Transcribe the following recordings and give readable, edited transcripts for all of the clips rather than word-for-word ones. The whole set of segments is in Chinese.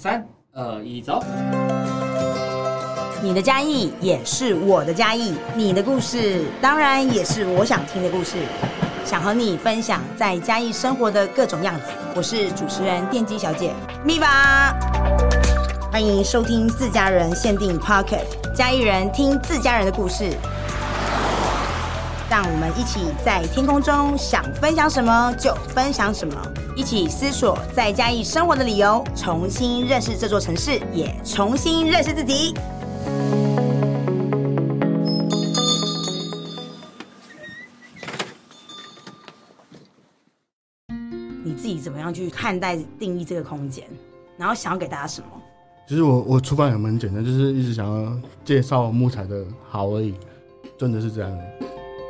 3、2、1，走！ 你的嘉义也是我的嘉义，你的故事当然也是我想听的故事，想和你分享在嘉义生活的各种样子。我是主持人电机小姐咪吧，欢迎收听自家人限定 Podcast， 嘉义人听自家人的故事。让我们一起在天空中想分享什么就分享什么，一起思索在嘉义生活的理由，重新认识这座城市，也重新认识自己。你自己怎么样去看待定义这个空间，然后想要给大家什么？ 其实我出发也蛮简单，就是一直想要介绍木材的好而已，真的是这样而已。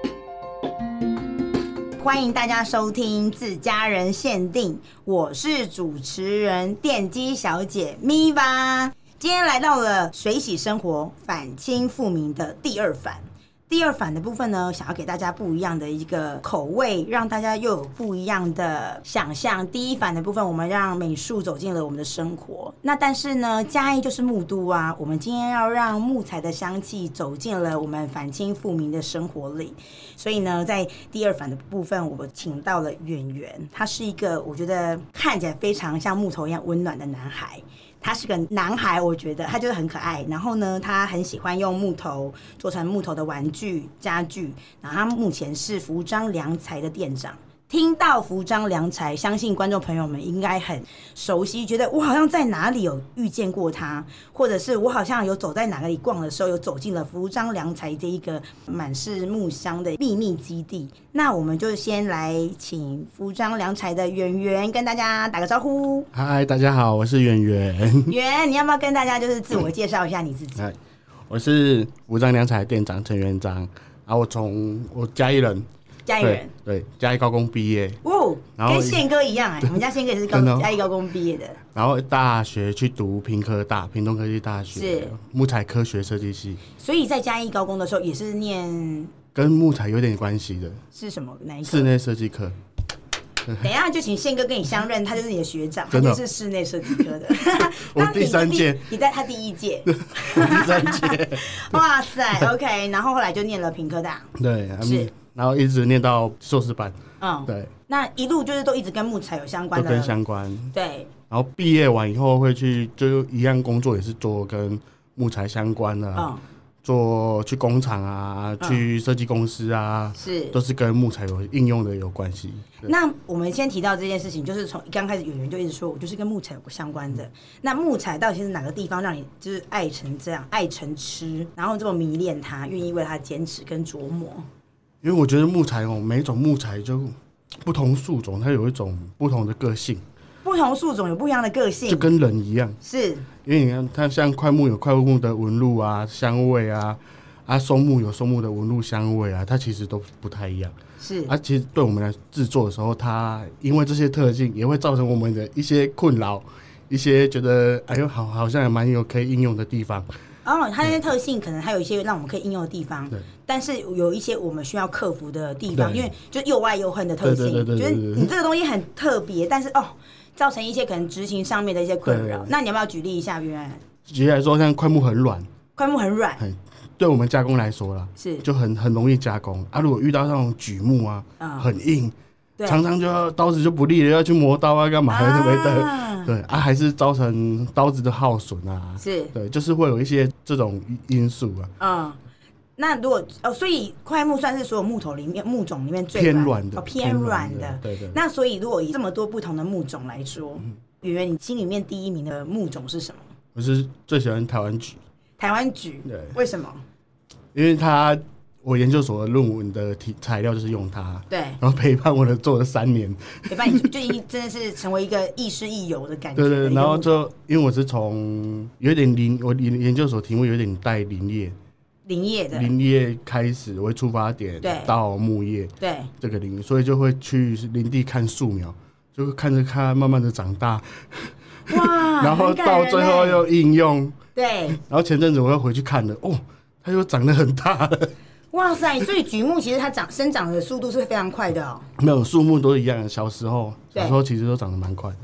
欢迎大家收听自家人限定，我是主持人电机小姐咪吧。今天来到了水洗生活反清复明的第二反。第二反的部分呢，想要给大家不一样的一个口味，让大家又有不一样的想象。第一反的部分，我们让美术走进了我们的生活。那但是呢，嘉义就是木都啊，我们今天要让木材的香气走进了我们反清复明的生活里。所以呢，在第二反的部分，我们请到了圆圆，他是一个我觉得看起来非常像木头一样温暖的男孩。他是个男孩，我觉得他就是很可爱。然后呢，他很喜欢用木头做成木头的玩具、家具。然后他目前是服装良材的店长。听到服装良材，相信观众朋友们应该很熟悉，觉得我好像在哪里有遇见过他，或者是我好像有走在哪里逛的时候，有走进了服装良材这一个满是木香的秘密基地。那我们就先来请服装良材的圆圆跟大家打个招呼。 嗨，大家好，我是圆圆。 圆，你要不要跟大家就是自我介绍一下你自己？ 我是服装良材店长陈元章，然后我嘉义人。 嘉义人， 对，嘉义高工毕业哦，跟宪哥一样我们家宪哥也是嘉义高工毕业的。 然后大学去读屏科大，屏东科技大学，是木材科学设计系。 所以在嘉义高工的时候也是念跟木材有点关系的，是什么？哪一科？ 室内设计科。 等一下就请宪哥跟你相认，他就是你的学长，他就是室内设计科的。 我第3届， 你在他第1届， 我第3届。 哇塞 ，OK， 然后后来就念了屏科大， 对，是。然后一直念到硕士班，对。 那一路就是都一直跟木材有相关的， 都跟相关， 对。 然后毕业完以后会去，就一样工作也是做跟木材相关的，做去工厂啊，去设计公司啊，是都是跟木材有应用的有关系。 那我们先提到这件事情，就是从刚开始圆圆就一直说我就是跟木材有相关的。那木材到底是哪个地方让你就是爱成这样，爱成痴，然后这么迷恋它，愿意为它坚持跟琢磨？ 因为我觉得木材每一种木材就不同树种，它有一种不同的个性。 不同树种有不一样的个性， 就跟人一样。是，因为你看，它像块木有块木的纹路啊、香味啊，松木有松木的纹路、香味啊，它其实都不太一样。是，其实对我们来制作的时候，它因为这些特性，也会造成我们的一些困扰，一些觉得哎呦好像也蛮有可以应用的地方。 它那些特性可能还有一些让我们可以应用的地方，但是有一些我们需要克服的地方，因为就又爱又恨的特性，就是你这个东西很特别，但是造成一些可能执行上面的一些困扰。那你要不要举例一下？原来举例来说，像块木很软，对我们加工来说啦，是就很容易加工啊。如果遇到那种榉木啊，很硬，常常就要刀子就不利了，要去磨刀啊，干嘛的没的。对啊，还是造成刀子的耗损啊，是对，就是会有一些这种因素啊。 那如果所以块木算是所有木头里面木种里面最偏软的， 偏软的。 对对。 那所以如果以这么多不同的木种来说，圆圆，你心里面第1名的木种是什么？ 我是最喜欢台湾榉。 台湾榉，对，为什么？ 因为我研究所的论文的材料就是用它， 对， 然后陪伴我做了3年， 陪伴你就真的是成为一个亦师亦友的感觉。 对对，然后就因为我是从有点我研究所题目有点带林业开始为出发点，到木业，对这个领域，所以就会去林地看树苗，就看着它慢慢的长大，哇，然后到最后又应用，对，然后前阵子我又回去看了，它又长得很大了。 哇塞！所以榉木其实它生长的速度是非常快的哦。 没有，树木都一样，小时候其实都长得蛮快的。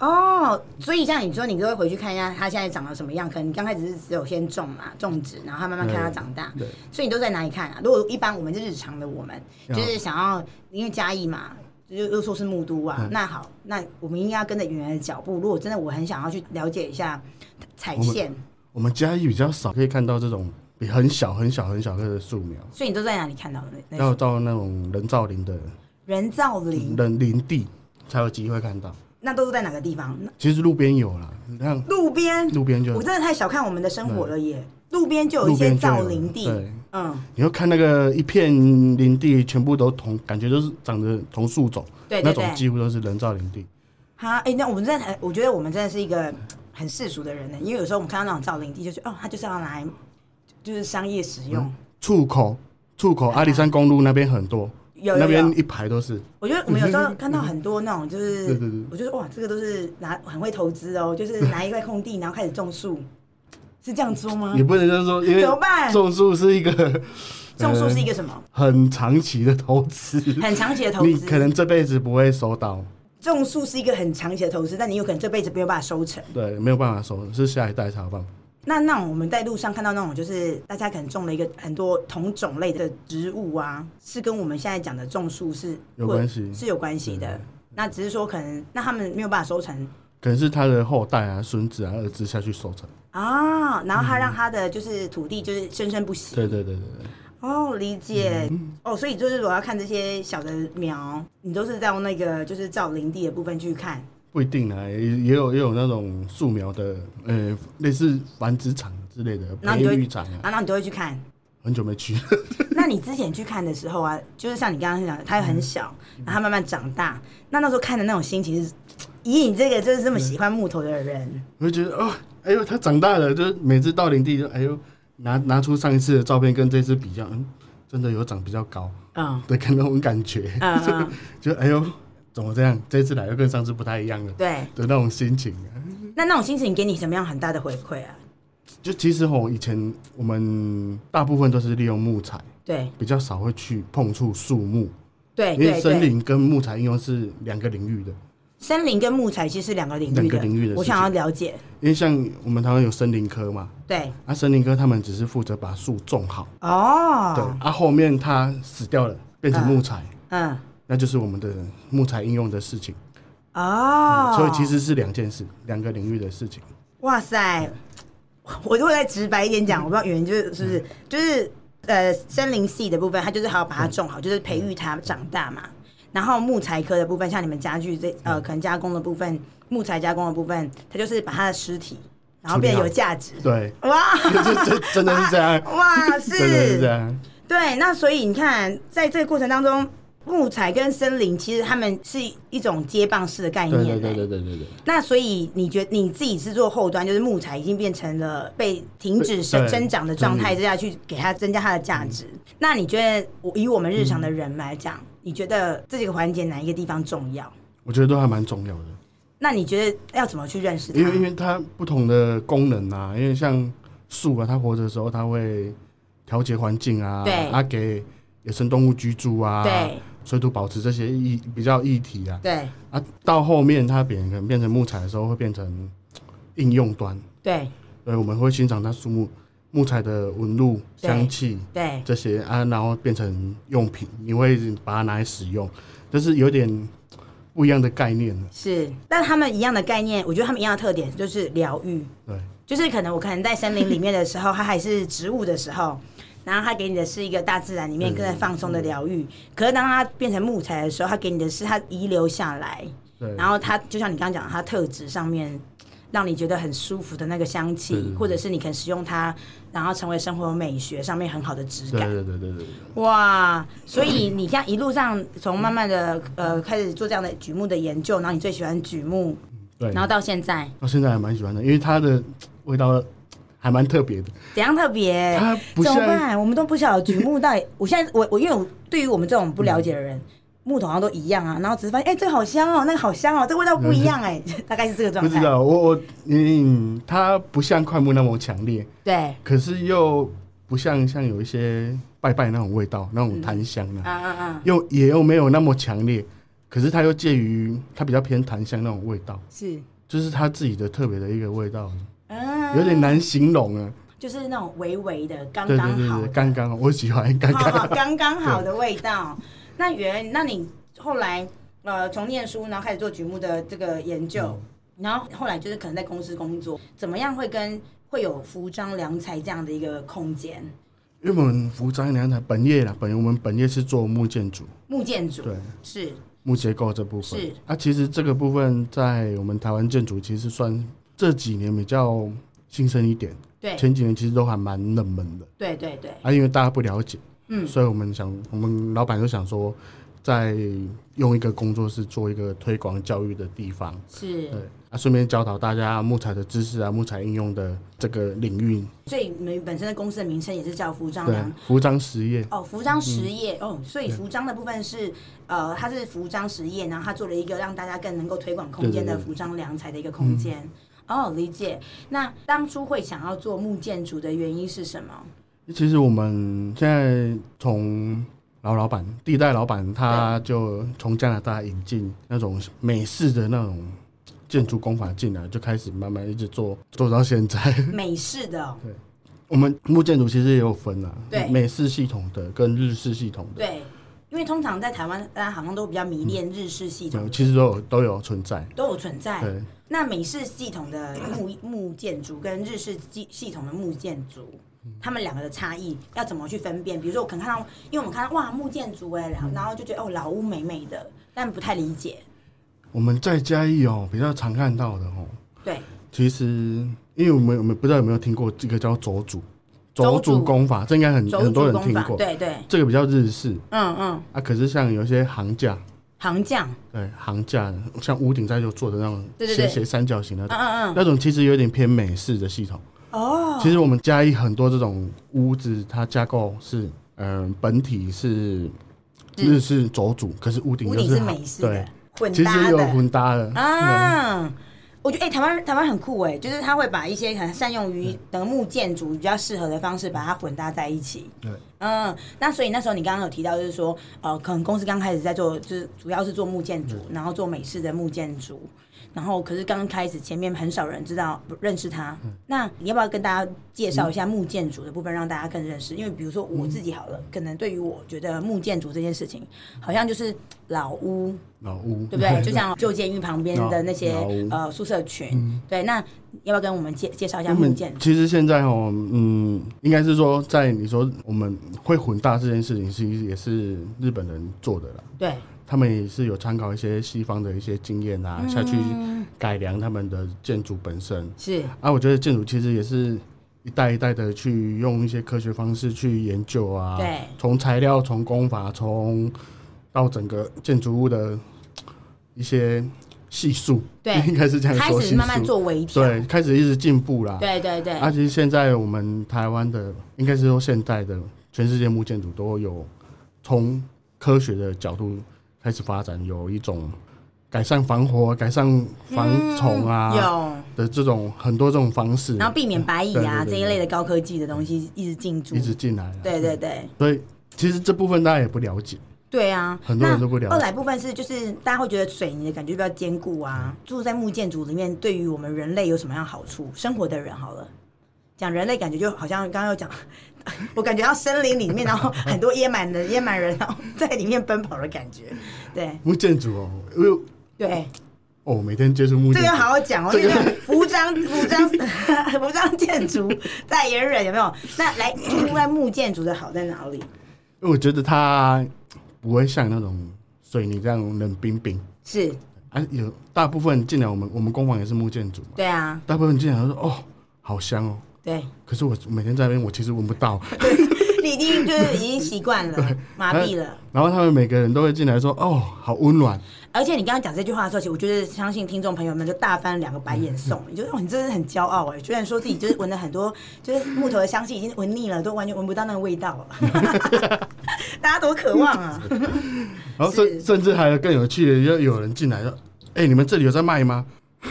哦，所以像你说，你就会回去看一下它现在长得什么样。可能你刚开始是只有先种植，然后它慢慢看它长大。对，所以你都在哪里看啊？如果一般我们是日常的，我们就是想要，因为嘉义嘛，又说是木都啊。那好，那我们应该要跟着原来的脚步。如果真的我很想要去了解一下采线， 我们嘉义比较少可以看到这种比很小很小很小的树苗。 所以你都在哪里看到的？ 要到那种人造林的林地才有机会看到。 那都是在哪个地方？ 其实路边有啦，你看路边就我真的太小看我们的生活了耶！路边就有一些造林地， 对，你会看那个一片林地，全部都感觉都是长着同树种，对，那种几乎都是人造林地。 哈，那我觉得我们真的是一个很世俗的人呢，因为有时候我们看到那种造林地，就是它就是要拿来就是商业使用。 出口阿里山公路那边很多。那边一排都是。 我觉得我们有时候看到很多那种，就是我觉得哇，这个都是很会投资哦，就是拿一块空地，然后开始种树，是这样说吗？ 也不能这样说，因为怎么办？种树是一个什么？ 很长期的投资，你可能这辈子不会收到。 种树是一个很长期的投资，但你有可能这辈子没有办法收成。 对，没有办法收，是下一代才有办法。 那我们在路上看到那种，就是大家可能种了一个很多同种类的植物啊，是跟我们现在讲的种树是有关系， 是有关系的。那只是说可能那他们没有办法收成， 可能是他的后代啊、孙子啊、儿子下去收成啊，然后他让他的就是土地就是生生不息。 对。 哦，理解。所以就是我要看这些小的苗，你都是在那个就是造林地的部分去看。 不一定啊，也有那种树苗的，类似繁殖场之类的培育场啊。 然后你都会去看。 很久没去。 那你之前去看的时候啊，就是像你刚刚讲的，它又很小，然后它慢慢长大。那时候看的那种心情是，以你这个就是这么喜欢木头的人， 我就觉得哎呦，它长大了，就是每次到林地就哎呦，拿出上一次的照片跟这次比较，真的有长比较高，对，跟那种感觉，就哎呦。怎么这样？这次来又跟上次不太一样了，对的那种心情。 那种心情给你什么样很大的回馈啊？ 就其实以前我们大部分都是利用木材，对，比较少会去碰触树木，对，因为森林跟木材应用是两个领域的。 森林跟木材其实是两个领域的，我想要了解。 因为像我们台湾有森林科嘛，对，森林科他们只是负责把树种好，对，后面它死掉了变成木材，那就是我们的木材应用的事情所以其实是两件事，两个领域的事情。 哇塞，我如果再直白一点讲，我不知道原因就是森林系的部分，它就是还要把它种好，就是培育它长大嘛。然后木材科的部分，像你们家具可能加工的部分，木材加工的部分，它就是把它的尸体，然后变得有价值。对，哇， 真的是这样。 哇，是， 真的是这样。 对，那所以你看，在这个过程当中。木材跟森林其实他们是一种接棒式的概念，对。那所以你觉得你自己是做后端，就是木材已经变成了被停止生长的状态之下去给它增加它的价值。那你觉得以我们日常的人来讲，你觉得这几个环节哪一个地方重要？ 我觉得都还蛮重要的。 那你觉得要怎么去认识它？ 因为它不同的功能啊，因为像树啊，它活着的时候它会调节环境啊，对，给野生动物居住啊，对。水土保持这些比较议题啊，对到后面它可能变成木材的时候，会变成应用端，对，所以我们会欣赏它木材的纹路、香气，对这些然后变成用品，你会把它拿来使用，这是有点不一样的概念。 是，但他们一样的概念，我觉得他们一样的特点就是疗愈，对，就是我可能在森林里面的时候，它还是植物的时候。然后它给你的是一个大自然里面更放松的疗愈，可是当它变成木材的时候，它给你的是它遗留下来，然后它就像你刚刚讲的，它特质上面让你觉得很舒服的那个香气，或者是你可能使用它，然后成为生活美学上面很好的质感。对。哇，所以你这样一路上从慢慢的开始做这样的榉木的研究，然后你最喜欢榉木，对，然后到现在还蛮喜欢的，因为它的味道。还蛮特别的， 怎样特别？ 它不像怎么办？我们都不晓得榉木到底。我现在因为对于我们这种不了解的人，木头好像都一样啊，然后只是发现这个好香哦，那个好香哦，这个味道不一样大概是这个状态。 不知道它不像块木那么强烈，对，可是又不像有一些拜拜那种味道，那种檀香又没有那么强烈，可是它又介于它比较偏檀香那种味道，是。 就是它自己的特别的一个味道，有点难形容啊。 就是那种微微的，刚刚好， 对，刚刚好，我喜欢刚刚好的味道。那你后来从念书，然后开始做榉木的这个研究，然后后来就是可能在公司工作，怎么样会有服装良材这样的一个空间？ 因为我们服装良材我们本业是做木建筑，对，是木结构这部分是啊。其实这个部分在我们台湾建筑其实算这几年比较新生一点。对，前几年其实都还蛮冷门的。对啊，因为大家不了解，所以我们老板就想说，再用一个工作室做一个推广教育的地方，对啊，顺便教导大家木材的知识啊，木材应用的这个领域。所以你们本身的公司的名称也是叫服装实业服装实业所以服装的部分是它是服装实业，然后它做了一个让大家更能够推广空间的服装良材的一个空间。理解。那当初会想要做木建筑的原因是什么？其实我们现在从老板第一代老板，他就从加拿大引进那种美式的那种建筑工法进来，就开始慢慢一直做到现在。美式的对，我们木建筑其实也有分对，美式系统的跟日式系统的。对，因为通常在台湾，大家好像都比较迷恋日式系统，其实都有存在。对。那美式系统的木建筑跟日式系统的木建筑，他们两个的差异要怎么去分辨？比如说我可能看到，因为我们看到哇木建筑然后就觉得老屋美美的，但不太理解。我们在嘉义比较常看到的对，其实因为我们不知道有没有听过这个叫轴组工法，这应该很多人听过。对，这个比较日式。可是像有一些行架，对，行架像屋顶在就做的那种斜三角形的，那种其实有点偏美式的系统。其实我们嘉义很多这种屋子，它架构是本体是日式轴组，可是屋顶是美式的，对，其实有混搭的我觉得台湾很酷就是他会把一些可能善用于木建筑比较适合的方式，把它混搭在一起。对，那所以那时候你刚刚有提到，就是说可能公司刚开始在做，就是主要是做木建筑，然后做美式的木建筑，然后可是刚开始前面很少人认识他。那你要不要跟大家介绍一下木建筑的部分，让大家更认识？因为比如说我自己好了，可能对于我觉得木建筑这件事情，好像就是老屋，对不对？就像旧监狱旁边的那些宿舍群，对。那要不要跟我们介绍一下木建筑？其实现在应该是说，在你说我们会混搭这件事情，其实也是日本人做的啦。对，他们也是有参考一些西方的一些经验下去改良他们的建筑本身。是我觉得建筑其实也是一代一代的去用一些科学方式去研究对，从材料、从工法、到整个建筑物的一些系数，对，应该是这样说，开始慢慢做微调，对，开始一直进步啦。对。其实现在我们台湾的，应该是说现代的全世界木建筑都有从科学的角度开始发展，有一种改善防火、改善防虫有的这种很多这种方式，然后避免白蚁这一类的高科技的东西一直进来。对。所以其实这部分大家也不了解。对啊，很多人都不了解。二来部分是就是大家会觉得水泥的感觉比较坚固住在木建筑里面对于我们人类有什么样的好处？生活的人好了，讲人类感觉就好像刚刚有讲，我感觉到森林里面然后很多野蛮人然后在里面奔跑的感觉。对，木建筑对。每天接触木建筑，这个好好讲这个服装建筑代言人有没有？那来住在木建筑的好在哪里？因为我觉得它不会像那种水泥这样冷冰冰，是有大部分进来我们工坊也是木建筑嘛，对啊，大部分进来都说好香对，可是我每天在那边我其实闻不到，你一定就是已经习惯了，麻痹了。然后他们每个人都会进来说好温暖。而且你刚刚讲这句话的时候，其实我觉得相信听众朋友们就大翻2个白眼送你，就是你真的很骄傲居然说自己就是闻了很多就是木头的香气已经闻腻了，都完全闻不到那个味道了。大家多渴望然后甚至还有更有趣的，就有人进来说：“你们这里有在卖吗？”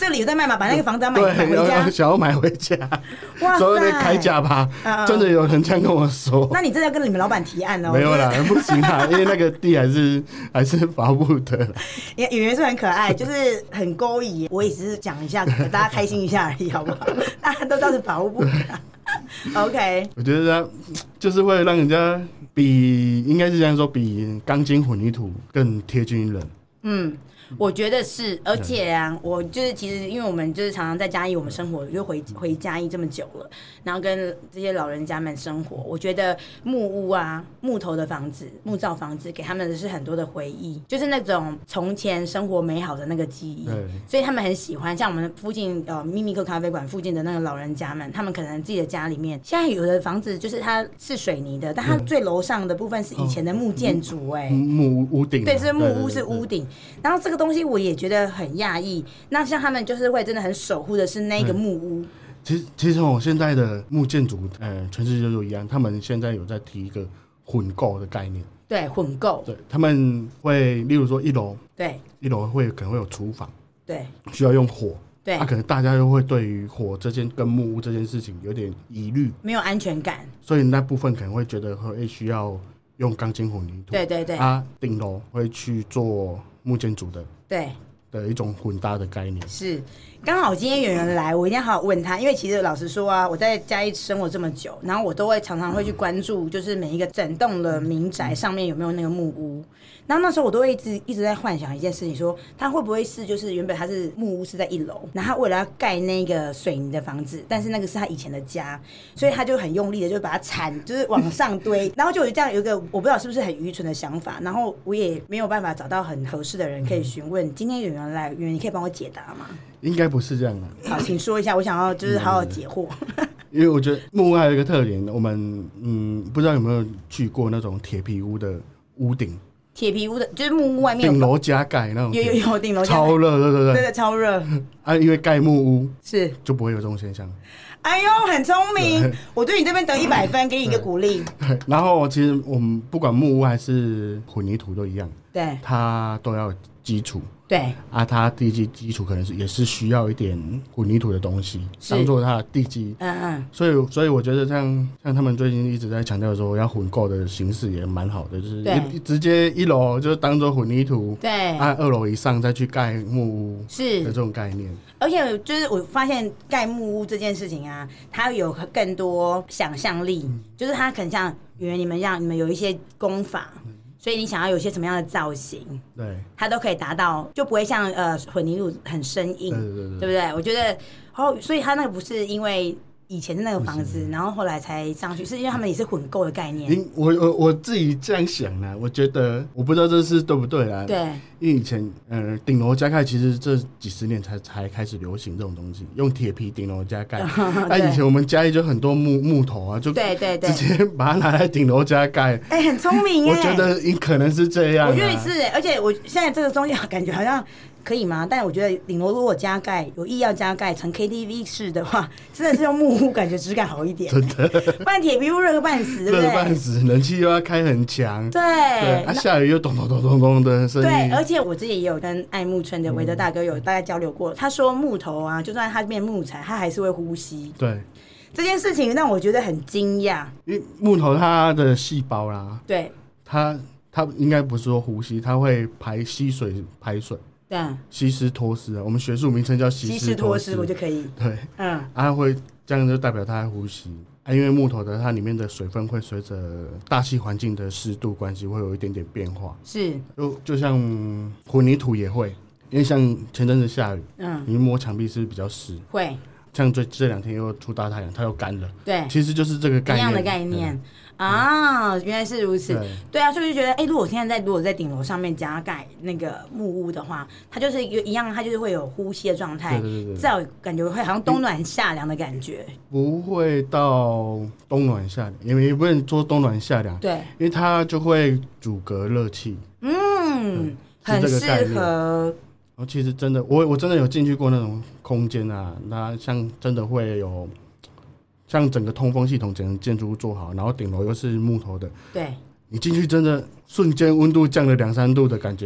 这里有在卖嘛，把那个房子买回家， 想要买回家，所以得开价吧。真的有人这样跟我说。 那你真的要跟你们老板提案哦？ 没有啦，不行啦，因为那个地还是法务部的。 演员是很可爱，就是很勾引。我也只是讲一下，给大家开心一下而已，好不好？大家都知道是法务部的。OK， 我觉得就是会让人家应该是这样说，比钢筋混凝土更贴近人。 我觉得是，而且啊，我就是其实因为我们就是常常在嘉义，我们生活就回嘉义这么久了，然后跟这些老人家们生活，我觉得木屋啊、木头的房子、木造房子给他们的是很多的回忆，就是那种从前生活美好的那个记忆，所以他们很喜欢。像我们附近秘密客咖啡馆附近的那个老人家们，他们可能自己的家里面，现在有的房子就是它是水泥的，但它最楼上的部分是以前的木建筑， 木屋顶， 对，是木屋是屋顶，然后这个东西我也觉得很讶异。那像他们就是会真的很守护的是那个木屋。 其实现在的木建筑，全世界都一样，他们现在有在提一个混构的概念。 对，混构。 对，他们会例如说一楼， 对， 一楼可能会有厨房， 对， 需要用火。 对， 可能大家又会对于火跟木屋这件事情有点疑虑， 没有安全感， 所以那部分可能会觉得会需要用钢筋混凝土。 对对对。 顶楼会去做木建筑的。 对。 的一种混搭的概念。 是，刚好今天演员来，我一定要好好问他，因为其实老实说啊，我在嘉义生活这么久，然后我都会常常会去关注，就是每一个整栋的民宅上面有没有那个木屋。然后那时候我都会一直在幻想一件事情，说他会不会是就是原本他是木屋是在1楼，然后他为了要盖那个水泥的房子，但是那个是他以前的家，所以他就很用力的就把它就是往上堆，然后就有这样有一个我不知道是不是很愚蠢的想法，然后我也没有办法找到很合适的人可以询问。今天演员来，演员你可以帮我解答吗？ 应该不是这样的。 好，请说一下，我想要就是好好解惑。 因为我觉得木屋还有一个特点，我们不知道有没有去过那种铁皮屋的屋顶。 铁皮屋的，就是木屋外面顶楼加盖那种， 有顶楼加盖， 超热，对， 超热因为盖木屋是就不会有这种现象。 哎呦，很聪明！我对你这边得100分，给你一个鼓励。 对，然后其实我们不管木屋还是混凝土都一样， 对， 它都要有基础。 对它地基础可能也是需要一点混凝土的东西当做它的地基。所以我觉得像他们最近一直在强调说要混构的形式也蛮好的，就是直接1楼就当做混凝土， 对 ，2楼以上再去盖木屋是的这种概念。 而且就是我发现盖木屋这件事情啊，它有更多想象力，就是它可能像原来你们一样，你们有一些工法。所以你想要有些什么样的造型，对，它都可以达到，就不会像混凝土很生硬，对不对？我觉得，所以它那个不是因为以前的那个房子，然后后来才上去，是因为他们也是混构的概念。 我自己这样想啦，我觉得我不知道这是对不对啦。 对， 因为以前顶楼加盖其实这几十年才开始流行这种东西，用铁皮顶楼加盖。以前我们家里就很多木头啊，就对，直接把它拿来顶楼加盖。 很聪明耶！ 我觉得可能是这样。 我觉得是，而且我现在这个东西感觉好像。可以吗？但我觉得顶楼如果加盖有意要加盖成 KTV 式的话，真的是用木屋感觉质感好一点。真的，不然铁皮屋热个半死，对不对？热个半死，冷气又要开很强。 对， 下雨又咚咚咚咚咚的声音。 对，而且我之前也有跟爱木村的韦德大哥有大概交流过，他说木头啊，就算它变木材，它还是会呼吸。对，这件事情让我觉得很惊讶。 因为木头它的细胞啦， 对， 它应该不是说呼吸，它会吸水排水。稀释脱丝啊，我们学术名称叫稀释脱丝， 我就可以。对， 会这样就代表它在呼吸因为木头的它里面的水分会随着大气环境的湿度关系会有一点点变化。是，就像混凝土也会，因为像前阵子下雨，你摸墙壁是不是比较湿？会。像这2天又出大太阳，它又干了。对，其实就是这个概念， 一样的概念。原来是如此。对啊，所以就觉得，如果现在如果在顶楼上面加盖那个木屋的话，它就是一样，它就是会有呼吸的状态，至少感觉会好像冬暖夏凉的感觉。 不会到冬暖夏凉，因为也不能说冬暖夏凉。对，因为它就会阻隔热气。 很适合。 其实真的，我真的有进去过那种空间啊，那像真的会有，像整个通风系统整个建筑物做好，然后顶楼又是木头的，对，你进去真的瞬间温度降了2-3度的感觉，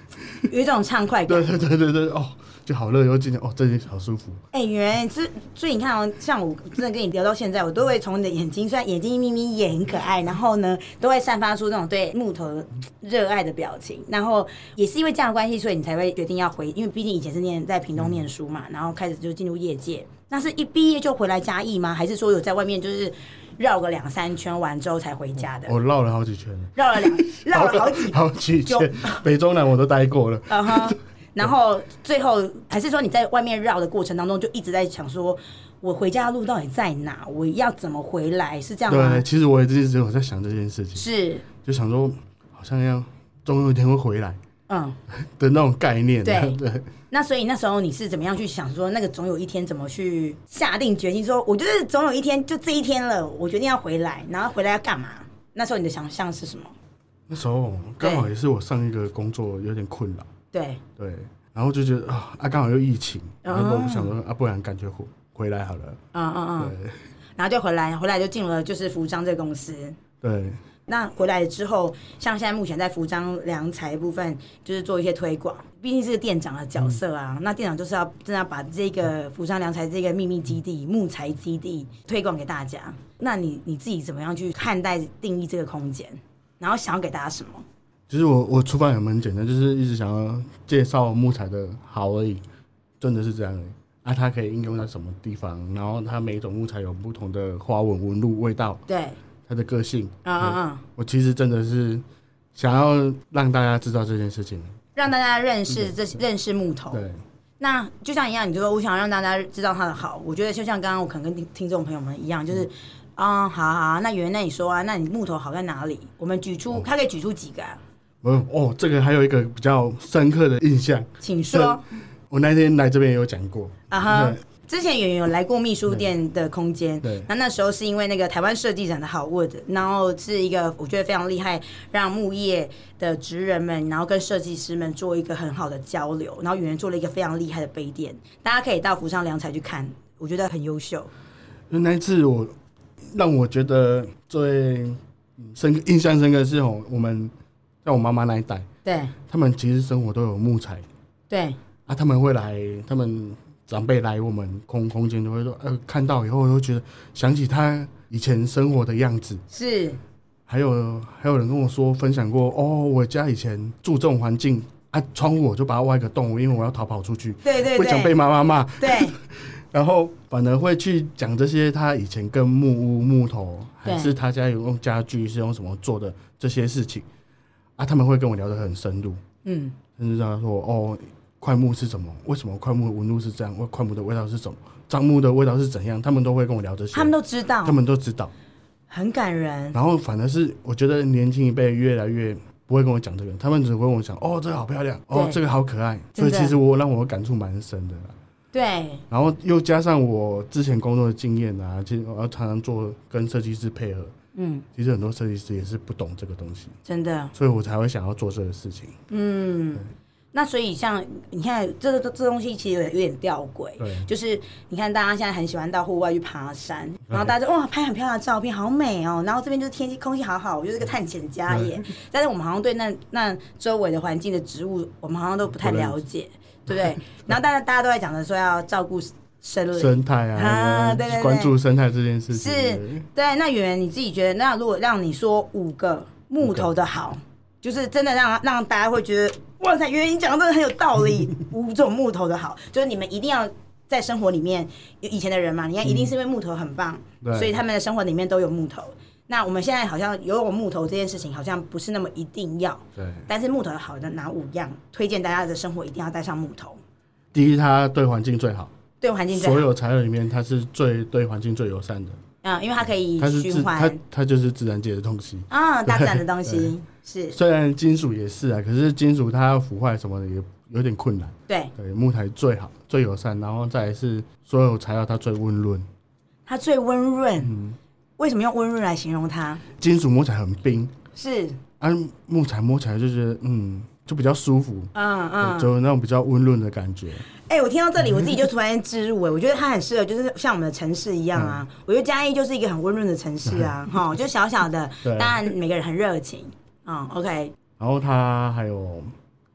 有一种畅快感。 对，哦，就好热，又今天哦，这里好舒服。 原来所以你看哦，像我真的跟你聊到现在，我都会从你的眼睛，虽然眼睛眯眯也很可爱，然后呢，都会散发出那种对木头热爱的表情。然后也是因为这样的关系，所以你才会决定要回，因为毕竟以前是在屏东念书嘛，然后开始就进入业界。那是一毕业就回来嘉义吗？还是说有在外面就是绕个2-3圈完之后才回家的？ 我绕了好几圈， 绕了好几圈，北中南我都待过了。 然后最后还是说你在外面绕的过程当中，就一直在想说，我回家的路到底在哪？我要怎么回来？是这样吗？ 对，其实我也一直有在想这件事情， 是就想说，好像要总有一天会回来，的那种概念。对。 那所以那时候你是怎么样去想说，那个总有一天怎么去下定决心说，我就是总有一天，就这一天了，我决定要回来，然后回来要干嘛？那时候你的想象是什么？ 那时候刚好也是我上一个工作有点困扰，对，然后就觉得刚好又疫情，然后我想说不然感觉回来好了，对， 然后就回来就进了就是服装这个公司， 对。 那回来之后，像现在目前在服装良材部分，就是做一些推广，毕竟是个店长的角色啊。那店长就是要真的要把这个服装良材这个秘密基地、木材基地推广给大家。那你自己怎么样去看待、定义这个空间，然后想要给大家什么？ 其实我出发也蛮简单，就是一直想要介绍木材的好而已，真的是这样而已。它可以应用在什么地方？然后它每一种木材有不同的花纹、纹路、味道。对。他的个性，我其实真的是想要让大家知道这件事情， 让大家认识木头。对，那就像一样，你就说我想让大家知道它的好，我觉得就像刚刚我可能跟听众朋友们一样，就是好，那原来你说那你木头好在哪里？我们他可以举出几个这个还有一个比较深刻的印象， 请说。 我那天来这边也有讲过之前有来过秘书店的空间，那时候是因为那个台湾设计展的好 wood， 然后是一个我觉得非常厉害，让木业的职人们，然后跟设计师们做一个很好的交流，然后有人做了一个非常厉害的杯垫，大家可以到福上良材去看，我觉得很优秀。那一次让我觉得最印象深刻的是我们在我妈妈那一代，对，他们其实生活都有木材，对他们会来，他们长辈来我们空间都会说，看到以后都觉得想起他以前生活的样子。是，还有人跟我说分享过，我家以前住这种环境窗户我就把它挖一个洞，因为我要逃跑出去，对，不想被妈妈骂。对，然后反而会去讲这些他以前跟木头，还是他家有用家具是用什么做的这些事情他们会跟我聊得很深入，甚至让他说块木是什么？为什么块木的纹路是这样？块木的味道是什么？樟木的味道是怎样？他们都会跟我聊这些。 他们都知道，很感人。 然后反而是我觉得年轻一辈越来越不会跟我讲这个，他们只会跟我讲这个好漂亮，这个好可爱。所以其实让我感触蛮深的啦。对。然后又加上我之前工作的经验其实我要常常做跟设计师配合。其实很多设计师也是不懂这个东西，真的。所以我才会想要做这个事情。 那所以像你看这东西其实有点吊诡，就是你看大家现在很喜欢到户外去爬山，然后大家就拍很漂亮的照片，好美然后这边就是天气空气好好，我就是个探险家耶。但是我们好像对那周围的环境的植物，我们好像都不太了解，对不对？然后大家都在讲的说要照顾生态对，关注生态这件事情。是， 对。那圆圆你自己觉得，那如果让你说5个木头的好，就是真的让大家会觉得哇塞，圆圆你讲的真的很有道理。5种木头的好，就是你们一定要在生活里面，以前的人嘛，你看一定是因为木头很棒，所以他们的生活里面都有木头。那我们现在好像有木头这件事情，好像不是那么一定要。对。但是木头的好的哪5样，推荐大家的生活一定要带上木头。 第一，它对环境最好。 对环境最好， 所有材料里面，它是对环境最友善的。 因为它可以循环，它就是自然界的东西大自然的东西是。 虽然金属也是可是金属它要腐坏什么的也有点困难。对，木材最好最友善，然后再来是所有材料它最温润。 它最温润，为什么用温润来形容它？ 金属摸起来很冰， 是木材摸起来就觉得就比较舒服，就有那种比较温润的感觉。 我听到这里，我自己就突然间置入我觉得它很适合，就是像我们的城市一样我觉得嘉义就是一个很温润的城市就小小的，当然每个人很热情，OK。 然后它还有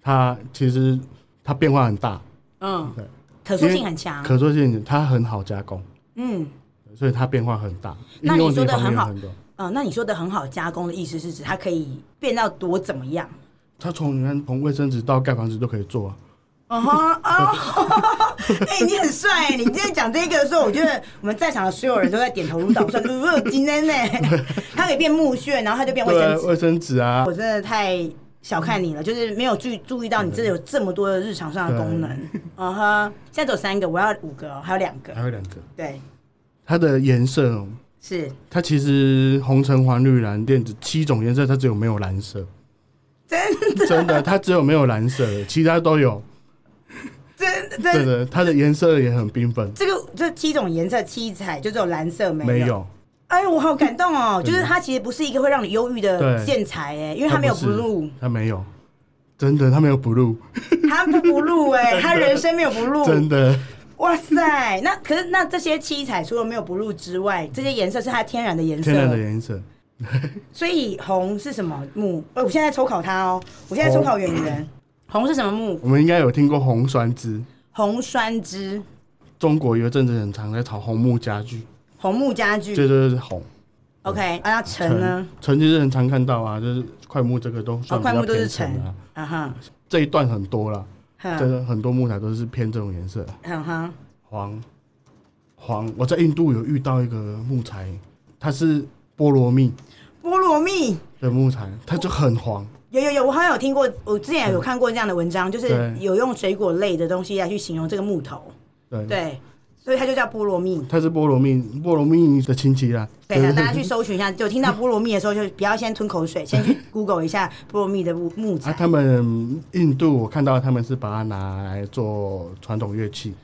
它其实它变化很大， 对，可塑性很强， 可塑性它很好加工，所以它变化很大。 那你说的很好，那你说的很好加工的意思是指它可以变到多怎么样？ 它从卫生纸到盖房子都可以做啊。 你很帅你今天讲这个的时候，我觉得我们在场的所有人都在点头如捣蒜。今天呢，它可以变木屑，然后它就变卫生纸。 卫生纸啊！ 我真的太小看你了，就是没有注意到你真的有这么多的日常上的功能。现在只有3个，我要5个还有2个。 还有2个。对，它的颜色是它其实红橙黄绿蓝靛紫7种颜色，它只有没有蓝色。真的，它只有没有蓝色，其他都有。真的，它的颜色也很缤纷。 这7种颜色7彩，就只有蓝色没有。哎，我好感动哦！就是它其实不是一个会让你忧郁的建材因为它没有 blue， 它没有，真的，它没有 blue， 它不 blue它人生没有 blue， 真的。 哇塞，可是这些7彩除了没有 blue 之外，这些颜色是它天然的颜色。 天然的颜色。 所以红是什么木？我现在抽考它哦，我现在抽考圆圆。红是什么木？ 我们应该有听过红酸枝。 红酸枝， 中国有一阵子很常在炒红木家具。 红木家具， 这就是红。 OK，那橙呢？ 橙其实很常看到啊，就是块木这个都算比较偏橙啊。这一段很多啦，真的很多木材都是偏这种颜色。黄，我在印度有遇到一个木材，它是菠萝蜜的木材，它就很黄。 有，我好像有听过，我之前有看过这样的文章，就是有用水果类的东西来去形容这个木头。对，所以它就叫菠萝蜜。它是菠萝蜜的亲戚啦。 对，大家去搜寻一下，就听到菠萝蜜的时候，就不要先吞口水，先去 Google 一下菠萝蜜的木材。 他们印度我看到他们是把它拿来做传统乐器。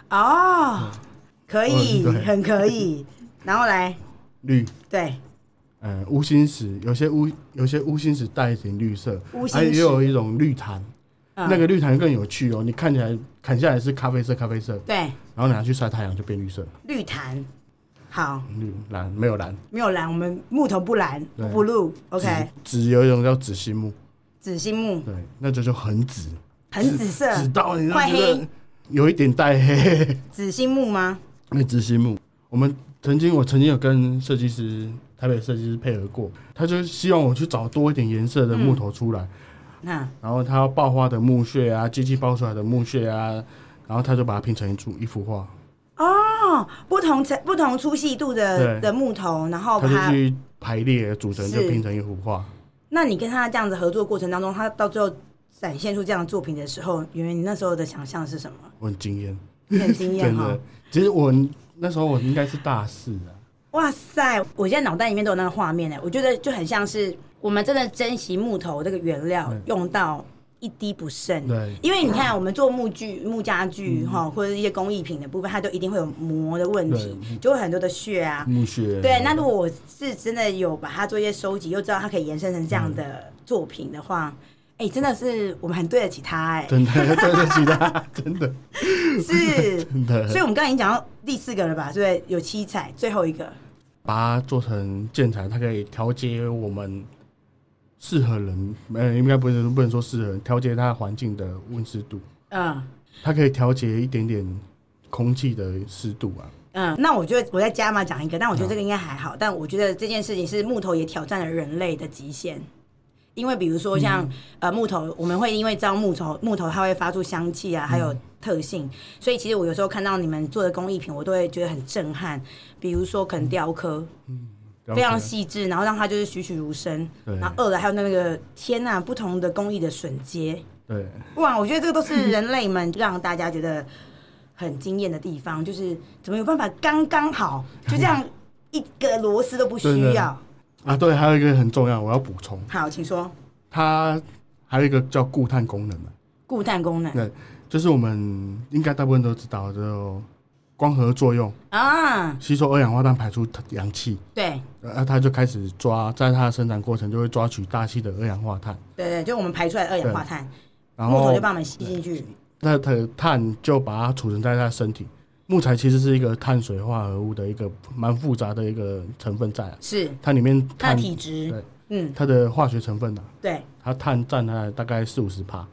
可以，很可以。然后来绿， 对。 乌心石，有些乌心石带一点绿色，也有一种绿檀，那个绿檀更有趣哦。你看起来砍下来是咖啡色， 对， 然后拿去晒太阳就变绿色。 绿檀，好， 蓝没有蓝， 我们木头不蓝，不 blue。OK， 紫有一种叫紫心木， 对， 那就很紫， 很紫色， 紫到你快黑，有一点带黑。 紫心木吗？ 那紫心木，我曾经有跟设计师。台北设计师配合过，他就希望我去找多一点颜色的木头出来，然后他要爆花的木屑啊，机器爆出来的木屑啊，然后他就把它拼成一幅画。 不同粗细度的木头，然后他就去排列组成，就拼成一幅画。 那你跟他这样子合作过程当中，他到最后展现出这样的作品的时候，圆圆，你那时候的想象是什么？ 我很惊艳， 你很惊艳哈。 其实那时候我应该是大4啊。 哇塞！我现在脑袋里面都有那个画面我觉得就很像是我们真的珍惜木头这个原料用到一滴不剩。 对， 因为你看我们做木家具或者一些工艺品的部分，它都一定会有磨的问题，就会很多的屑啊， 木屑。 对，那如果我是真的有把它做一些收集，又知道它可以延伸成这样的作品的话。真的是我们很对得起他真的对得起他，真的是真的。 所以我们刚才已经讲到第4个了吧？对不对？有7彩，最后一个把它做成建材，它可以调节我们适合人，应该不能说适合人，调节它环境的温湿度。它可以调节一点点空气的湿度啊。 那我觉得我再加码讲一个，但我觉得这个应该还好。但我觉得这件事情是木头也挑战了人类的极限。因为比如说像木头，我们会因为知道木头它会发出香气啊，还有特性，所以其实我有时候看到你们做的工艺品，我都会觉得很震撼。比如说可能雕刻，非常细致，然后让它就是栩栩如生。然后2来还有那个天啊，不同的工艺的榫接。 对， 哇，我觉得这个都是人类们让大家觉得很惊艳的地方，就是怎么有办法刚刚好，就这样一个螺丝都不需要。 对，还有一个很重要，我要补充。 好，请说。 它还有一个叫固碳功能。 固碳功能， 对，就是我们应该大部分都知道，就光合作用吸收二氧化碳，排出氧气。对，它就开始在它的生产过程就会抓取大气的二氧化碳。对，就我们排出来的二氧化碳，然后木头就把我们吸进去。那它的碳就把它储存在它的身体。木材其实是一个碳水化合物的一个蛮复杂的一个成分在是它里面它的体质，对，它的化学成分对，它碳占了大概40-50%，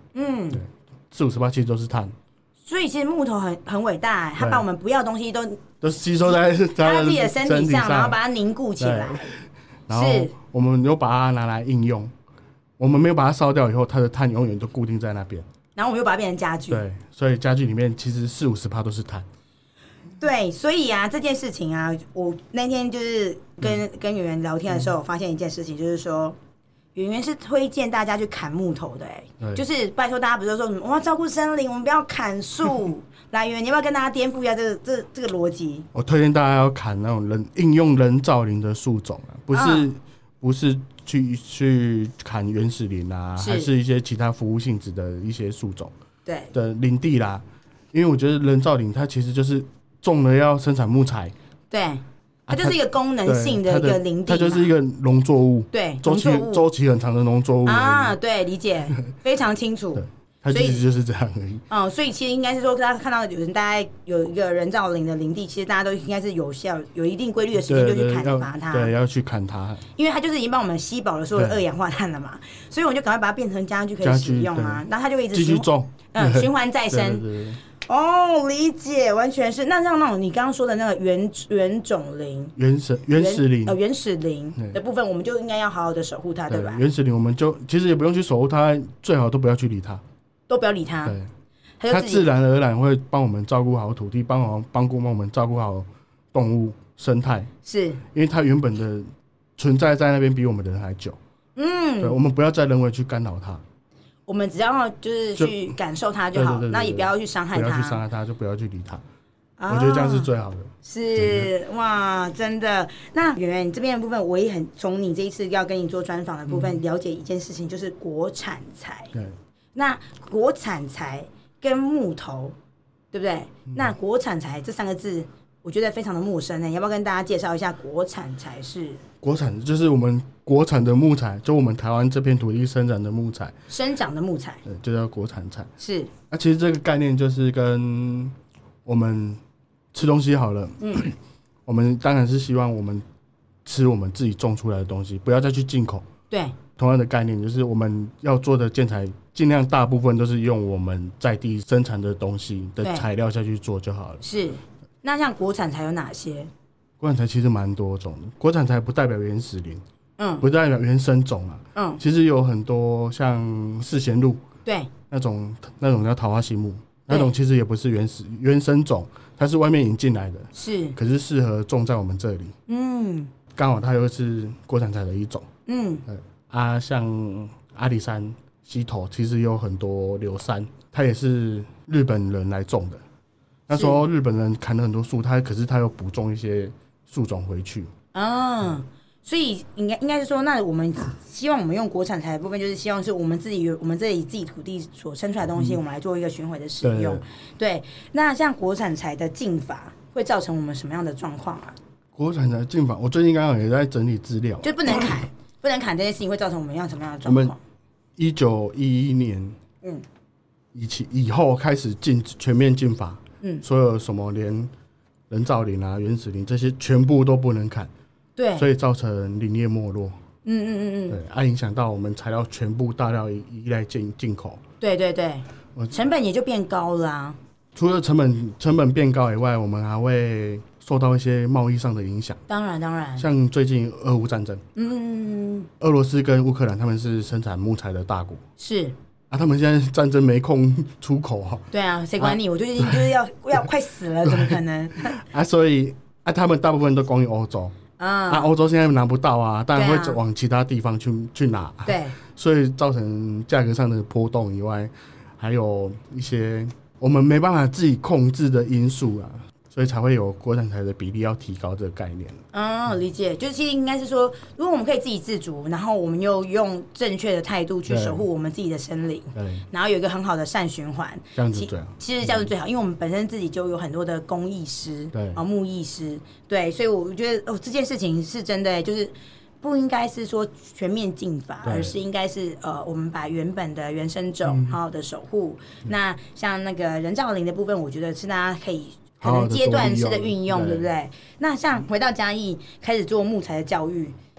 ，40-50%其实都是碳。 所以其实木头很伟大，它把我们不要的东西都吸收在它自己的身体上，然后把它凝固起来。 然后我们又把它拿来应用，我们没有把它烧掉以后，它的碳永远都固定在那边。 然后我们又把它变成家具。 对，所以家具里面其实40-50%都是碳。 对，所以啊，这件事情啊，我那天就是跟圆圆聊天的时候，我发现一件事情，就是说，圆圆是推荐大家去砍木头的，就是拜托大家，不是说我们要照顾森林，我们不要砍树。来，圆圆，你要不要跟大家颠覆一下这个逻辑？ 我推荐大家要砍那种应用人造林的树种啊，不是去砍原始林啊，还是一些其他服务性质的一些树种的林地啦。因为我觉得人造林它其实就是种了要生产木材， 对，它就是一个功能性的一个林地， 它就是一个农作物， 对， 周期很长的农作物啊，对，理解，非常清楚。 它其实就是这样而已。 所以其实应该是说，大家看到有人大概有一个人造林的林地，其实大家都应该是有一定规律的时间就去砍伐它， 对，要去砍它，因为它就是已经帮我们吸饱了所有的二氧化碳了嘛，所以我们就赶快把它变成家具可以使用啊，那它就一直继续种， 循环再生。哦，理解，完全是。那像那种你刚刚说的那个原种林、原始林的部分，我们就应该要好好的守护它，对吧？ 原始林我们就其实也不用去守护它，最好都不要去理它， 都不要理它。 对，它自然而然会帮我们照顾好土地，帮我们照顾好动物生态， 是因为它原本的存在在那边比我们的人还久。对，我们不要再人为去干扰它。 我们只要就是去感受它就好，那也不要去伤害它。 不要去伤害它，就不要去理它。我觉得这样是最好的。 是哇，真的。那圆圆，你这边的部分，我也很从你这一次要跟你做专访的部分，了解一件事情，就是国产材。对。那国产材跟木头，对不对？那国产材这3个字，我觉得非常的陌生呢。你要不要跟大家介绍一下国产材是？ 国产就是我们国产的木材，就我们台湾这片土地生长的木材，对，就叫国产材。 是。 其实这个概念就是跟我们吃东西好了，我们当然是希望我们吃我们自己种出来的东西，不要再去进口。 对。 同样的概念就是我们要做的建材，尽量大部分都是用我们在地生产的东西的材料下去做就好了。 是。那像国产材有哪些？ 国产材其实蛮多种的，国产材不代表原始林，不代表原生种啊，其实有很多像四弦鹿，对，那种叫桃花心木，那种其实也不是原生种，它是外面引进来的，是，可是适合种在我们这里，刚好它又是国产材的一种，像阿里山溪头其实有很多柳杉，它也是日本人来种的，那时候日本人砍了很多树，可是他又补种一些树种回去， 所以应该是说，那我们希望我们用国产材的部分，就是希望是我们这里自己土地所生出来的东西，我们来做一个巡回的使用。对，那像国产材的禁法会造成我们什么样的状况啊？国产材禁法，我最近刚好也在整理资料，就不能砍这件事情会造成我们什么样的状况？我们 1911年以后开始全面禁法，所有什么连人造林啊、原始林这些全部都不能砍，对，所以造成林业没落。对，影响到我们材料全部大量依赖进口。对，成本也就变高了啊。除了成本变高以外，我们还会受到一些贸易上的影响。当然，像最近俄乌战争，俄罗斯跟乌克兰他们是生产木材的大国，是。他们现在战争没空出口对啊，谁管你？我最近就是要快死了，怎么可能？所以他们大部分都供应欧洲欧洲现在拿不到当然会往其他地方去拿。对，所以造成价格上的波动以外，还有一些我们没办法自己控制的因素所以才会有国产材的比例要提高这个概念。理解，就是其实应该是说，如果我们可以自给自足，然后我们又用正确的态度去守护我们自己的森林，然后有一个很好的善循环，这样子最好。其实这样子最好，因为我们本身自己就有很多的工艺师，木艺师，对，所以我觉得这件事情是真的，就是不应该是说全面禁法，而是应该是我们把原本的原生种好好的守护。那像那个人造林的部分，我觉得是大家可以。可能阶段式的运用，对不对？那像回到嘉义开始做木材的教育，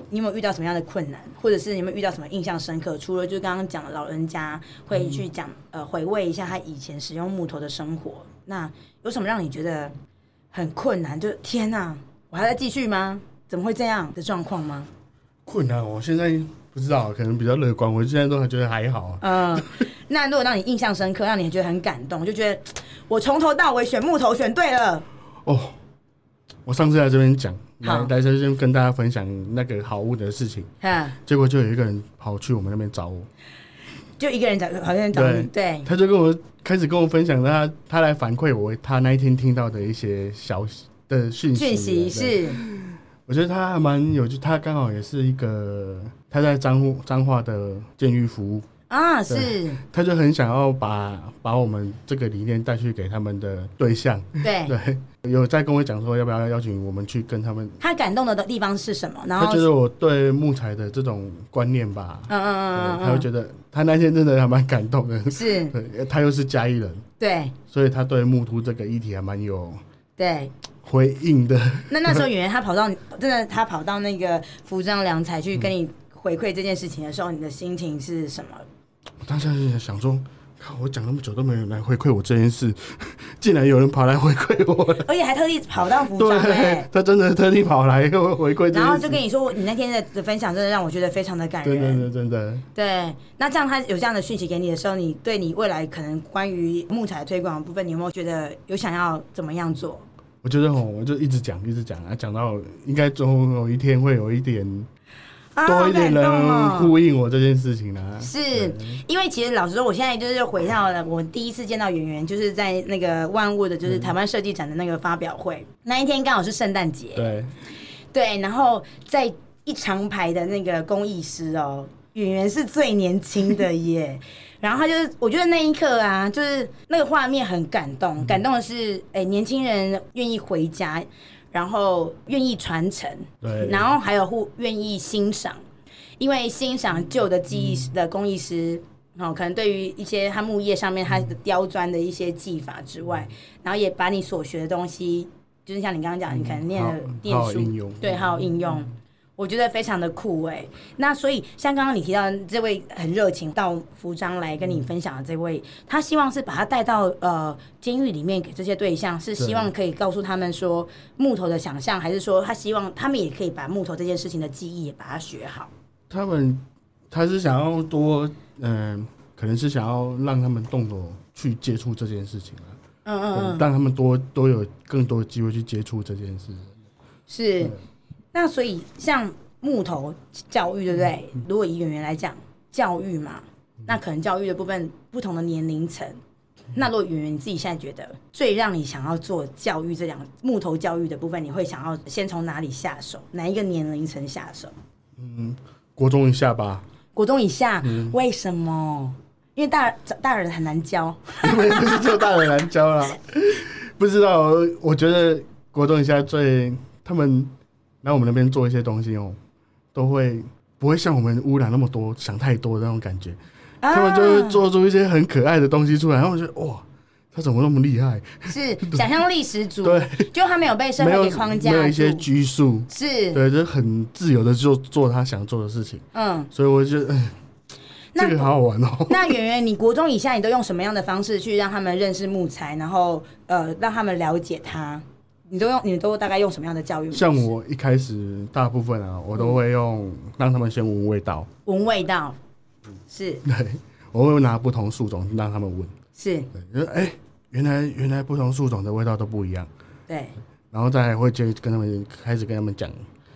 你有没有遇到什么样的困难，或者是你有没有遇到什么印象深刻？除了就刚刚讲的老人家会去讲回味一下他以前使用木头的生活，那有什么让你觉得很困难？就天哪，我还在继续吗？怎么会这样的状况吗？ 困难，我现在不知道，可能比较乐观，我现在都觉得还好。 那如果让你印象深刻，让你觉得很感动，就觉得我从头到尾选木头选对了。哦， 我上次来这边讲，来这边跟大家分享那个好物的事情，结果就有一个人跑去我们那边找我， 就一个人好像找你，对， 他就开始跟我分享他来反馈我他那一天听到的一些小的讯息是。 我觉得他还蛮有趣，他刚好也是一个他在彰化的监狱服务啊，是， 他就很想要把我们这个理念带去给他们的对象，对，有在跟我讲说要不要邀请我们去跟他们。 他感动的地方是什么？然后他觉得我对木材的这种观念吧，他会觉得他那天真的还蛮感动的， 是， 对，他又是嘉义人， 对， 所以他对木秃这个议题还蛮有对回应的。 那时候圆圆他跑到那个服装良材去跟你回馈这件事情的时候，你的心情是什么？ 我当时就想说，靠，我讲那么久都没有人来回馈我这件事，竟然有人跑来回馈我了， 而且还特地跑到服装， 对，他真的特地跑来回馈， 然后就跟你说，你那天的分享真的让我觉得非常的感人， 真的。 对，那这样他有这样的讯息给你的时候，你对你未来可能关于木材推广的部分，你有没有觉得有想要怎么样做？ 我觉得我就一直讲啊，讲到应该总有一天会有一点多一点人呼应我这件事情啦。 是因为其实老实说，我现在就是回到了我第一次见到圆圆，就是在那个万物的，就是台湾设计展的那个发表会，那一天刚好是圣诞节，对，然后在一长排的那个工艺师哦，圆圆是最年轻的耶。然后他就是，我觉得那一刻啊，就是那个画面很感动，感动的是，年轻人愿意回家，然后愿意传承， 对， 然后还有愿意欣赏，因为欣赏旧的技艺的工艺师，可能对于一些他木业上面他的雕钻的一些技法之外，然后也把你所学的东西，就是像你刚刚讲，你可能念书，对，还有应用。我觉得非常的酷欸。那所以像刚刚你提到这位很热情到服装来跟你分享的这位，他希望是把他带到监狱里面给这些对象，是希望可以告诉他们说木头的想象，还是说他希望他们也可以把木头这件事情的记忆也把它学好？ 他是想要多可能是想要让他们动手去接触这件事情啊，让他们多有更多的机会去接触这件事。是。 那所以像木头教育，对不对？如果以圆圆来讲，教育嘛，那可能教育的部分不同的年龄层。那如果圆圆你自己现在觉得最让你想要做教育木头教育的部分，你会想要先从哪里下手？哪一个年龄层下手？ 国中以下吧。 国中以下，为什么？因为大人很难教。 不是只有大人难教啦。不知道，我觉得国中以下他们来我们那边做一些东西都不会像我们污染那么多，想太多的那种感觉。他们就会做出一些很可爱的东西出来，然后我觉得哇，他怎么那么厉害？ 是想象力十足， 对， 就他没有被社会给框架， 没有一些拘束， 是， 对，就很自由的做他想做的事情。所以我觉得，这个好好玩哦。 那圆圆，你国中以下，你都用什么样的方式去让他们认识木材，然后让他们了解它？你都大概用什么样的教育模式？ 像我一开始大部分我都会让他们先闻味道。 闻味道，是。 对，我会拿不同树种让他们闻。 是。 对，就是原来不同树种的味道都不一样。 对。 然后再会开始跟他们讲，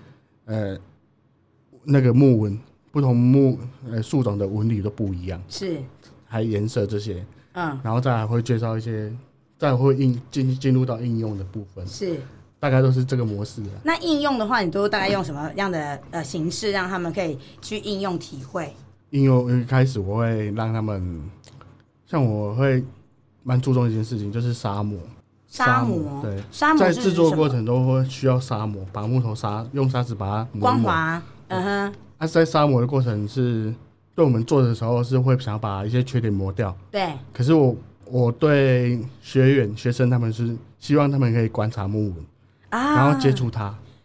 那个木纹，不同树种的纹理都不一样。 是。 还颜色这些。然后再来会介绍一些。再会进入到应用的部分，是大概都是这个模式。 那应用的话，你都大概用什么样的形式，让他们可以去应用体会？ 应用一开始我会让他们，像我会蛮注重一件事情，就是沙磨。对， 沙磨在制作过程都会需要沙磨，把木头用砂纸把它磨光滑。 在沙磨的过程是对我们做的时候是会想要把一些缺点磨掉。 对。 可是我对学生他们是希望他们可以观察木纹然后接触它。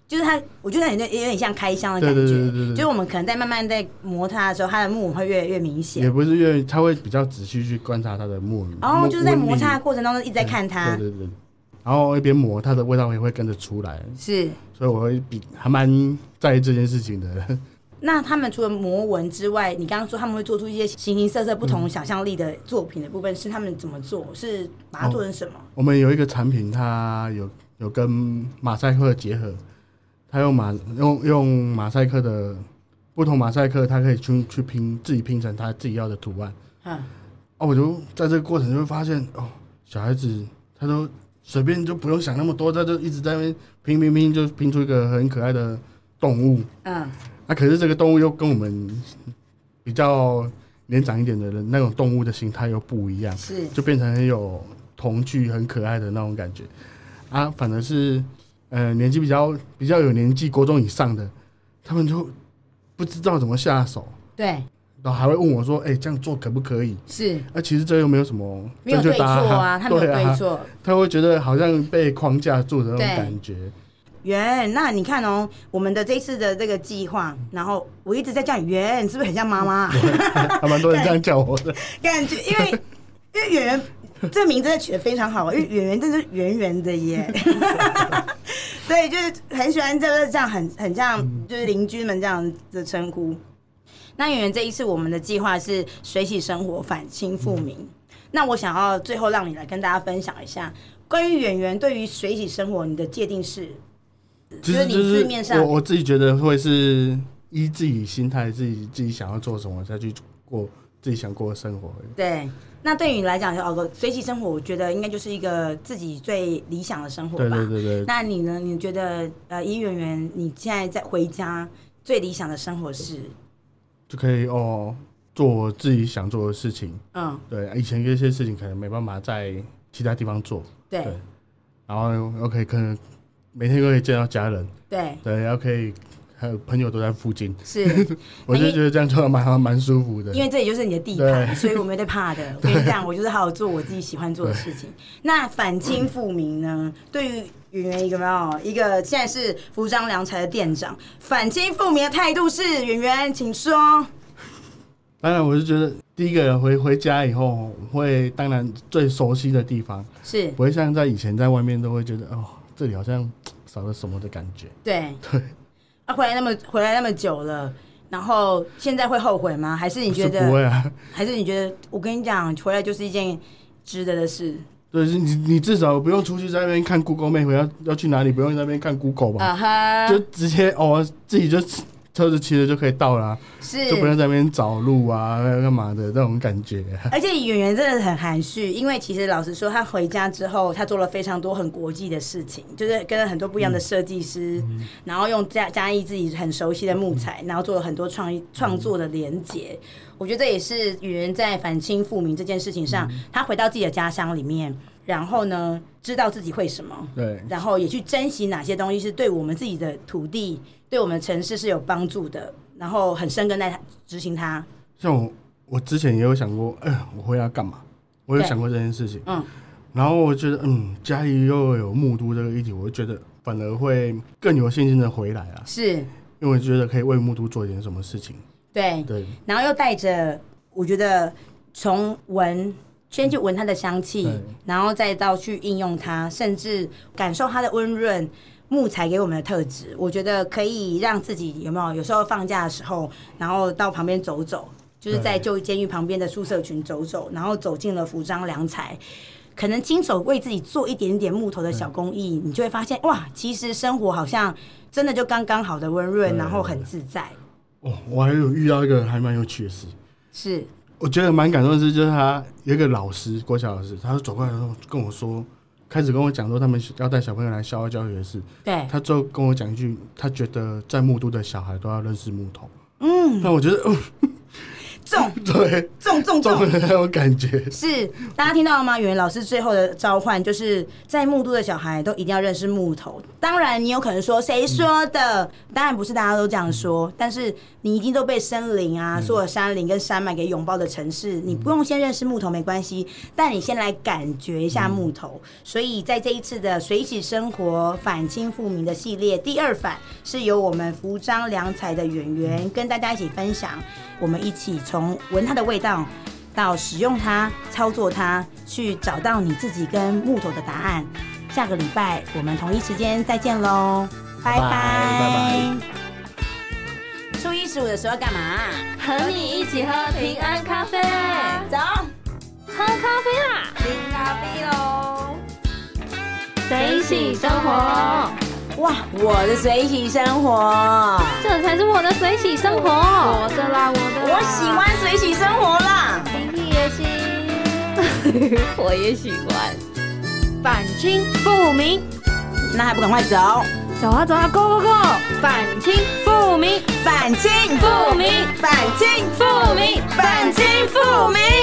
就是它，我觉得有点像开箱的感觉，对，就是我们可能在慢慢在磨它的时候，它的木纹会越来越明显。 也不是它会比较仔细去观察它的木纹， 然后就是在摩擦的过程当中一直在看它， 对，然后一边磨，它的味道也会跟着出来， 是， 所以我会还蛮在意这件事情的。 那他们除了磨纹之外，你刚刚说他们会做出一些形形色色、不同想象力的作品的部分，是他们怎么做？是把它做成什么？ 我们有一个产品，它有跟马赛克结合。他用马赛克的不同马赛克，他可以去自己拼成他自己要的图案。我就在这个过程就会发现，小孩子他都随便就不用想那么多，他就一直在那边拼，就拼出一个很可爱的动物。可是这个动物又跟我们比较年长一点的人那种动物的形态又不一样， 是就变成很有童趣、很可爱的那种感觉。反而是。年纪比较有年纪，国中以上的，他们就不知道怎么下手， 对， 然后还会问我说：“这样做可不可以？” 是， 其实这又没有什么正确答案，他没有对错， 他会觉得好像被框架住的那种感觉。 那你看我们的这次的这个计划，然后我一直在叫你圆，你是不是很像妈妈？ 还蛮多人这样叫我的， 感觉因为圆圆。这个名字取得非常好，因为圆圆真的是圆圆的耶，对，就是很喜欢这样很像就是邻居们这样的称呼。那圆圆这一次我们的计划是水洗生活，反清复明。那我想要最后让你来跟大家分享一下关于圆圆对于水洗生活你的界定是，就是你字面上我自己觉得会是依自己心态，自己想要做什么再去过自己想过的生活。对。 那对于你来讲，水洗生活，我觉得应该就是一个自己最理想的生活吧。 对。 那你呢？你觉得依圆圆，你现在在回家最理想的生活是？ 就可以做我自己想做的事情。对，以前有一些事情可能没办法在其他地方做。对。然后 OK， 可能每天都可以见到家人。对，然后可以。还有朋友都在附近， 是， 我就觉得这样就蛮舒服的。 因为这里就是你的地盘，所以我没得怕的。我跟你讲，我就是好好做我自己喜欢做的事情。那反清复明呢？对于圆圆一个现在是服装良材的店长，反清复明的态度是圆圆，请说。 当然，我是觉得第一个回家以后，会当然最熟悉的地方是， 不会像在以前在外面都会觉得这里好像少了什么的感觉。 对。回来那么久了，然后现在会后悔吗？还是你觉得不会啊？ 还是你觉得我跟你讲，回来就是一件值得的事？ 对，你至少不用出去在那边看 Google Map 要去哪里，不用在那边看 Google 吧？就直接自己就车子骑了就可以到了，就不用在那边找路啊干嘛的那种感觉。 而且圆圆真的很含蓄，因为其实老实说，他回家之后，他做了非常多很国际的事情，就是跟很多不一样的设计师，然后用嘉义自己很熟悉的木材，然后做了很多创作的连结。我觉得这也是圆圆在反清复明这件事情上，他回到自己的家乡里面，然后呢，知道自己会什么， 对， 然后也去珍惜哪些东西是对我们自己的土地、对我们的城市是有帮助的，然后很深耕在执行它。 像我之前也有想过，我回来干嘛？我有想过这件事情，然后我觉得，家里又有木都这个议题，我就觉得反而会更有信心的回来啊， 是因为我觉得可以为木都做一点什么事情。对， 然后又带着，我觉得从先去闻它的香气，然后再到去应用它，甚至感受它的温润，木材给我们的特质，我觉得可以让自己有时候放假的时候，然后到旁边走走，就是在旧监狱旁边的宿舍群走走，然后走进了服装良材，可能亲手为自己做一点点木头的小工艺，你就会发现哇，其实生活好像真的就刚刚好的温润，然后很自在。 我还有遇到一个还蛮有趣的事， 是我觉得蛮感动的是，就是他有一个老师，国小老师，他就走过来跟我说，开始跟我讲说他们要带小朋友来校外教学的事。 对， 他最后跟我讲一句，他觉得在木都的小孩都要认识木头。那我觉得， 重， 对， 重的那种感觉。 是，大家听到了吗？语言老师最后的召唤，就是在木都的小孩都一定要认识木头。当然，你有可能说谁说的？当然不是大家都这样说，但是你已经都被森林啊，所有山林跟山脉给拥抱的城市，你不用先认识木头没关系，但你先来感觉一下木头。所以在这一次的水洗生活反清复明的系列第2反，是由我们服装良才的圆圆跟大家一起分享，我们一起从闻它的味道到使用它、操作它，去找到你自己跟木头的答案。下个礼拜我们同一时间再见喽，拜拜。初一15的时候干嘛？ 和你一起喝平安咖啡。 走， 喝咖啡啦！ 喝咖啡喽！ 水洗生活。 哇，我的水洗生活， 这才是我的水洗生活。我的啦， 我喜欢水洗生活啦。 你也行，我也喜欢。反清复明， 那还不赶快走？ 走啊走啊 ，Go Go Go！ 反清复明， 反清复明，反清复明，反清复明。